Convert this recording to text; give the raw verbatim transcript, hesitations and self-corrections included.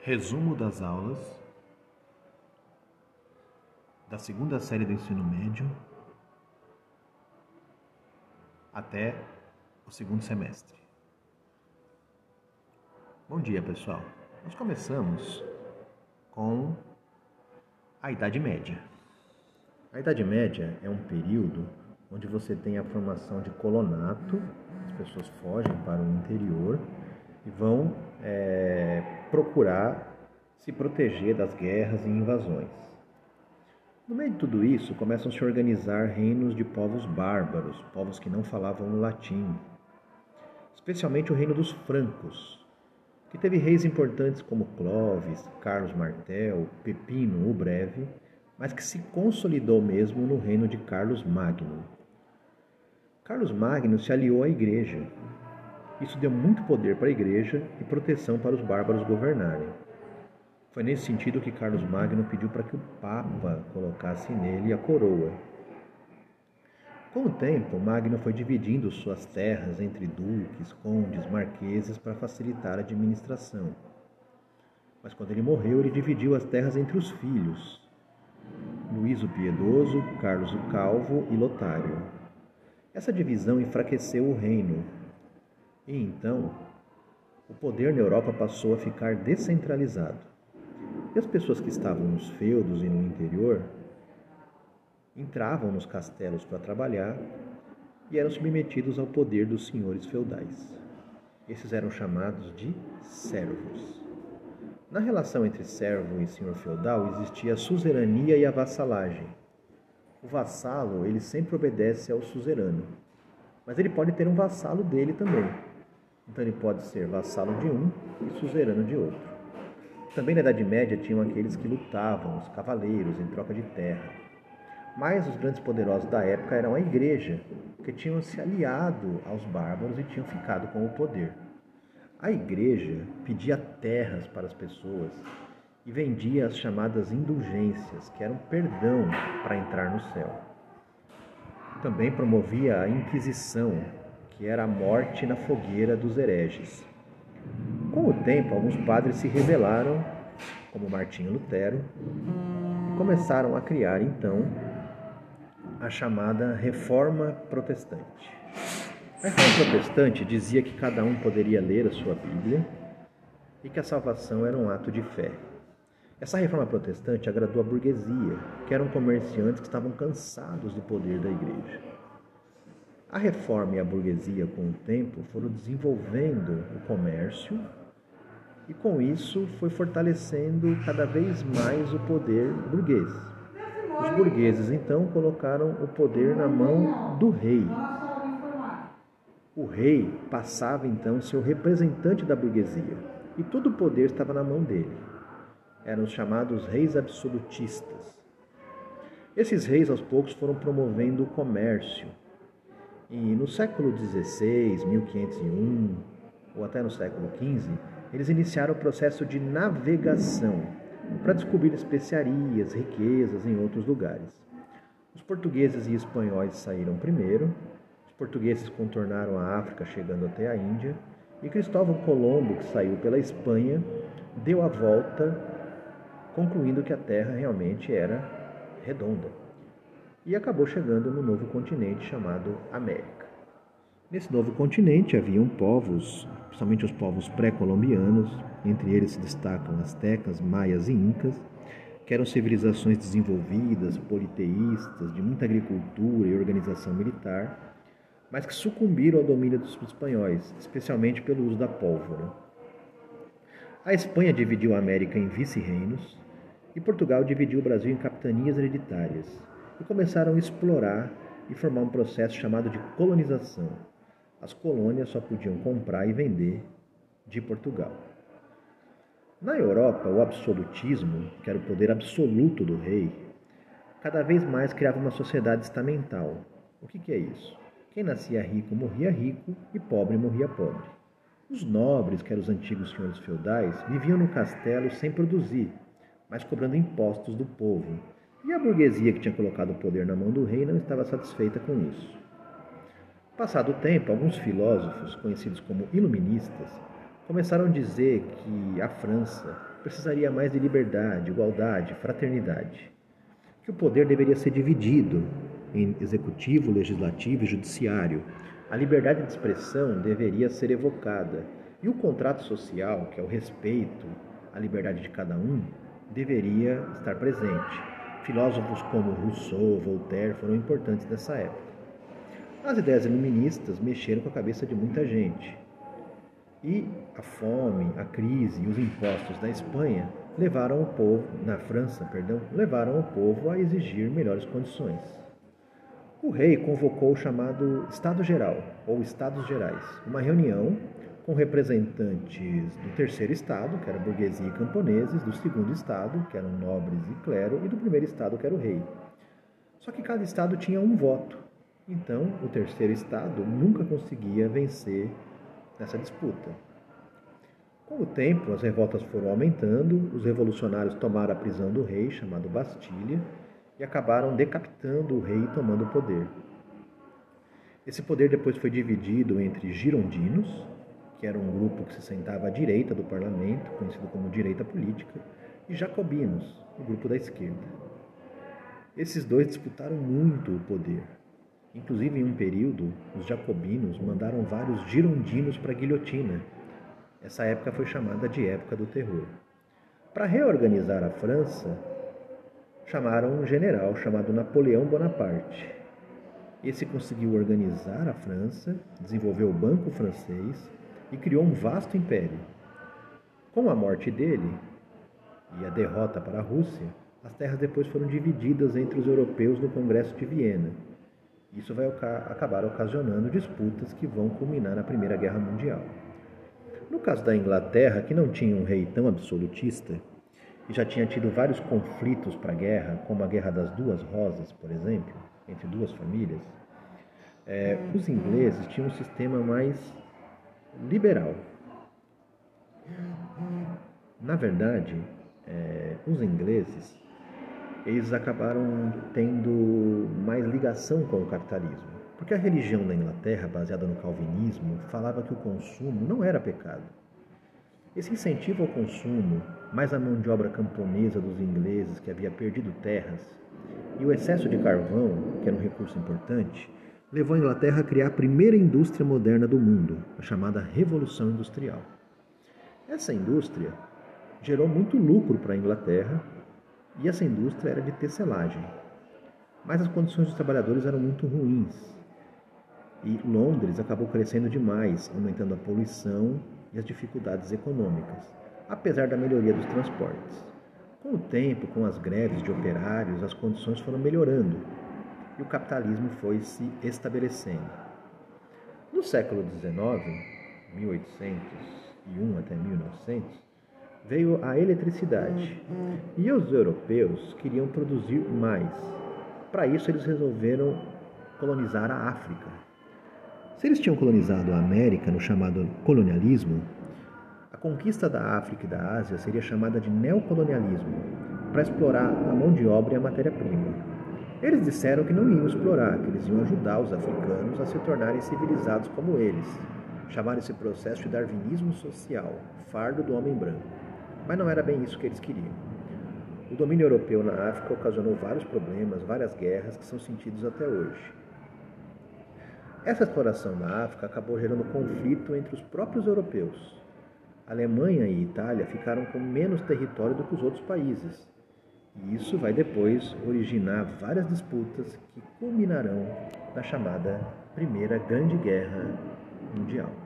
Resumo das aulas da segunda série do ensino médio até o segundo semestre. Bom dia, pessoal. Nós começamos com a Idade Média. A Idade Média é um período onde você tem a formação de colonato, as pessoas fogem para o interior e vão é, procurar se proteger das guerras e invasões. No meio de tudo isso, começam a se organizar reinos de povos bárbaros, povos que não falavam o latim, especialmente o reino dos francos, que teve reis importantes como Clovis, Carlos Martel, Pepino o Breve, mas que se consolidou mesmo no reino de Carlos Magno. Carlos Magno se aliou à igreja. Isso deu muito poder para a igreja e proteção para os bárbaros governarem. Foi nesse sentido que Carlos Magno pediu para que o Papa colocasse nele a coroa. Com o tempo, Magno foi dividindo suas terras entre duques, condes, marqueses para facilitar a administração. Mas quando ele morreu, ele dividiu as terras entre os filhos, Luís o Piedoso, Carlos o Calvo e Lotário. Essa divisão enfraqueceu o reino. E então, o poder na Europa passou a ficar descentralizado. E as pessoas que estavam nos feudos e no interior entravam nos castelos para trabalhar e eram submetidos ao poder dos senhores feudais. Esses eram chamados de servos. Na relação entre servo e senhor feudal existia a suzerania e a vassalagem. O vassalo, ele sempre obedece ao suzerano, mas ele pode ter um vassalo dele também. Então ele pode ser vassalo de um e suzerano de outro. Também na Idade Média tinham aqueles que lutavam, os cavaleiros, em troca de terra. Mas os grandes poderosos da época eram a igreja, que tinham se aliado aos bárbaros e tinham ficado com o poder. A igreja pedia terras para as pessoas e vendia as chamadas indulgências, que eram perdão para entrar no céu. Também promovia a Inquisição, que era a morte na fogueira dos hereges. Com o tempo, alguns padres se rebelaram, como Martinho Lutero, e começaram a criar, então, a chamada Reforma Protestante. A Reforma Protestante dizia que cada um poderia ler a sua Bíblia e que a salvação era um ato de fé. Essa Reforma Protestante agradou a burguesia, que eram comerciantes que estavam cansados do poder da igreja. A reforma e a burguesia, com o tempo, foram desenvolvendo o comércio e, com isso, foi fortalecendo cada vez mais o poder burguês. Os burgueses, então, colocaram o poder na mão do rei. O rei passava, então, a ser o representante da burguesia e todo o poder estava na mão dele. Eram os chamados reis absolutistas. Esses reis, aos poucos, foram promovendo o comércio. E no século dezesseis, mil quinhentos e um, ou até no século quinze, eles iniciaram o processo de navegação para descobrir especiarias, riquezas em outros lugares. Os portugueses e espanhóis saíram primeiro, os portugueses contornaram a África chegando até a Índia, e Cristóvão Colombo, que saiu pela Espanha, deu a volta, concluindo que a Terra realmente era redonda. E acabou chegando no novo continente chamado América. Nesse novo continente haviam povos, principalmente os povos pré-colombianos, entre eles se destacam astecas, maias e incas, que eram civilizações desenvolvidas, politeístas, de muita agricultura e organização militar, mas que sucumbiram ao domínio dos espanhóis, especialmente pelo uso da pólvora. A Espanha dividiu a América em vice-reinos e Portugal dividiu o Brasil em capitanias hereditárias. E começaram a explorar e formar um processo chamado de colonização. As colônias só podiam comprar e vender de Portugal. Na Europa, o absolutismo, que era o poder absoluto do rei, cada vez mais criava uma sociedade estamental. O que, que é isso? Quem nascia rico morria rico e pobre morria pobre. Os nobres, que eram os antigos senhores feudais, viviam no castelo sem produzir, mas cobrando impostos do povo. E a burguesia, que tinha colocado o poder na mão do rei, não estava satisfeita com isso. Passado o tempo, alguns filósofos, conhecidos como iluministas, começaram a dizer que a França precisaria mais de liberdade, igualdade, fraternidade. Que o poder deveria ser dividido em executivo, legislativo e judiciário. A liberdade de expressão deveria ser evocada. E o contrato social, que é o respeito à liberdade de cada um, deveria estar presente. Filósofos como Rousseau, Voltaire foram importantes nessa época. As ideias iluministas mexeram com a cabeça de muita gente. E a fome, a crise e os impostos da Espanha levaram o povo, na França, perdão, levaram o povo a exigir melhores condições. O rei convocou o chamado Estado Geral, ou Estados Gerais, uma reunião com representantes do terceiro estado, que era a burguesia e camponeses, do segundo estado, que eram nobres e clero, e do primeiro estado, que era o rei. Só que cada estado tinha um voto. Então, o terceiro estado nunca conseguia vencer nessa disputa. Com o tempo, as revoltas foram aumentando, os revolucionários tomaram a prisão do rei, chamado Bastilha, e acabaram decapitando o rei e tomando o poder. Esse poder depois foi dividido entre girondinos, que era um grupo que se sentava à direita do parlamento, conhecido como direita política, e jacobinos, o grupo da esquerda. Esses dois disputaram muito o poder. Inclusive, em um período, os jacobinos mandaram vários girondinos para a guilhotina. Essa época foi chamada de Época do Terror. Para reorganizar a França, chamaram um general chamado Napoleão Bonaparte. Esse conseguiu organizar a França, desenvolveu o Banco Francês e criou um vasto império. Com a morte dele e a derrota para a Rússia, as terras depois foram divididas entre os europeus no Congresso de Viena. Isso vai acabar ocasionando disputas que vão culminar na Primeira Guerra Mundial. No caso da Inglaterra, que não tinha um rei tão absolutista, e já tinha tido vários conflitos para a guerra, como a Guerra das Duas Rosas, por exemplo, entre duas famílias, é, os ingleses tinham um sistema mais liberal. Na verdade, é, os ingleses eles acabaram tendo mais ligação com o capitalismo, porque a religião da Inglaterra, baseada no calvinismo, falava que o consumo não era pecado. Esse incentivo ao consumo, mais a mão de obra camponesa dos ingleses que havia perdido terras, e o excesso de carvão, que era um recurso importante, levou a Inglaterra a criar a primeira indústria moderna do mundo, a chamada Revolução Industrial. Essa indústria gerou muito lucro para a Inglaterra, e essa indústria era de tecelagem. Mas as condições dos trabalhadores eram muito ruins. E Londres acabou crescendo demais, aumentando a poluição e as dificuldades econômicas, apesar da melhoria dos transportes. Com o tempo, com as greves de operários, as condições foram melhorando e o capitalismo foi se estabelecendo. No século dezenove, mil oitocentos e um até mil e novecentos, veio a eletricidade e os europeus queriam produzir mais. Para isso, eles resolveram colonizar a África. Se eles tinham colonizado a América no chamado colonialismo, a conquista da África e da Ásia seria chamada de neocolonialismo, para explorar a mão de obra e a matéria-prima. Eles disseram que não iam explorar, que eles iam ajudar os africanos a se tornarem civilizados como eles. Chamaram esse processo de darwinismo social, fardo do homem branco. Mas não era bem isso que eles queriam. O domínio europeu na África ocasionou vários problemas, várias guerras que são sentidos até hoje. Essa exploração da África acabou gerando conflito entre os próprios europeus. A Alemanha e a Itália ficaram com menos território do que os outros países. E isso vai depois originar várias disputas que culminarão na chamada Primeira Grande Guerra Mundial.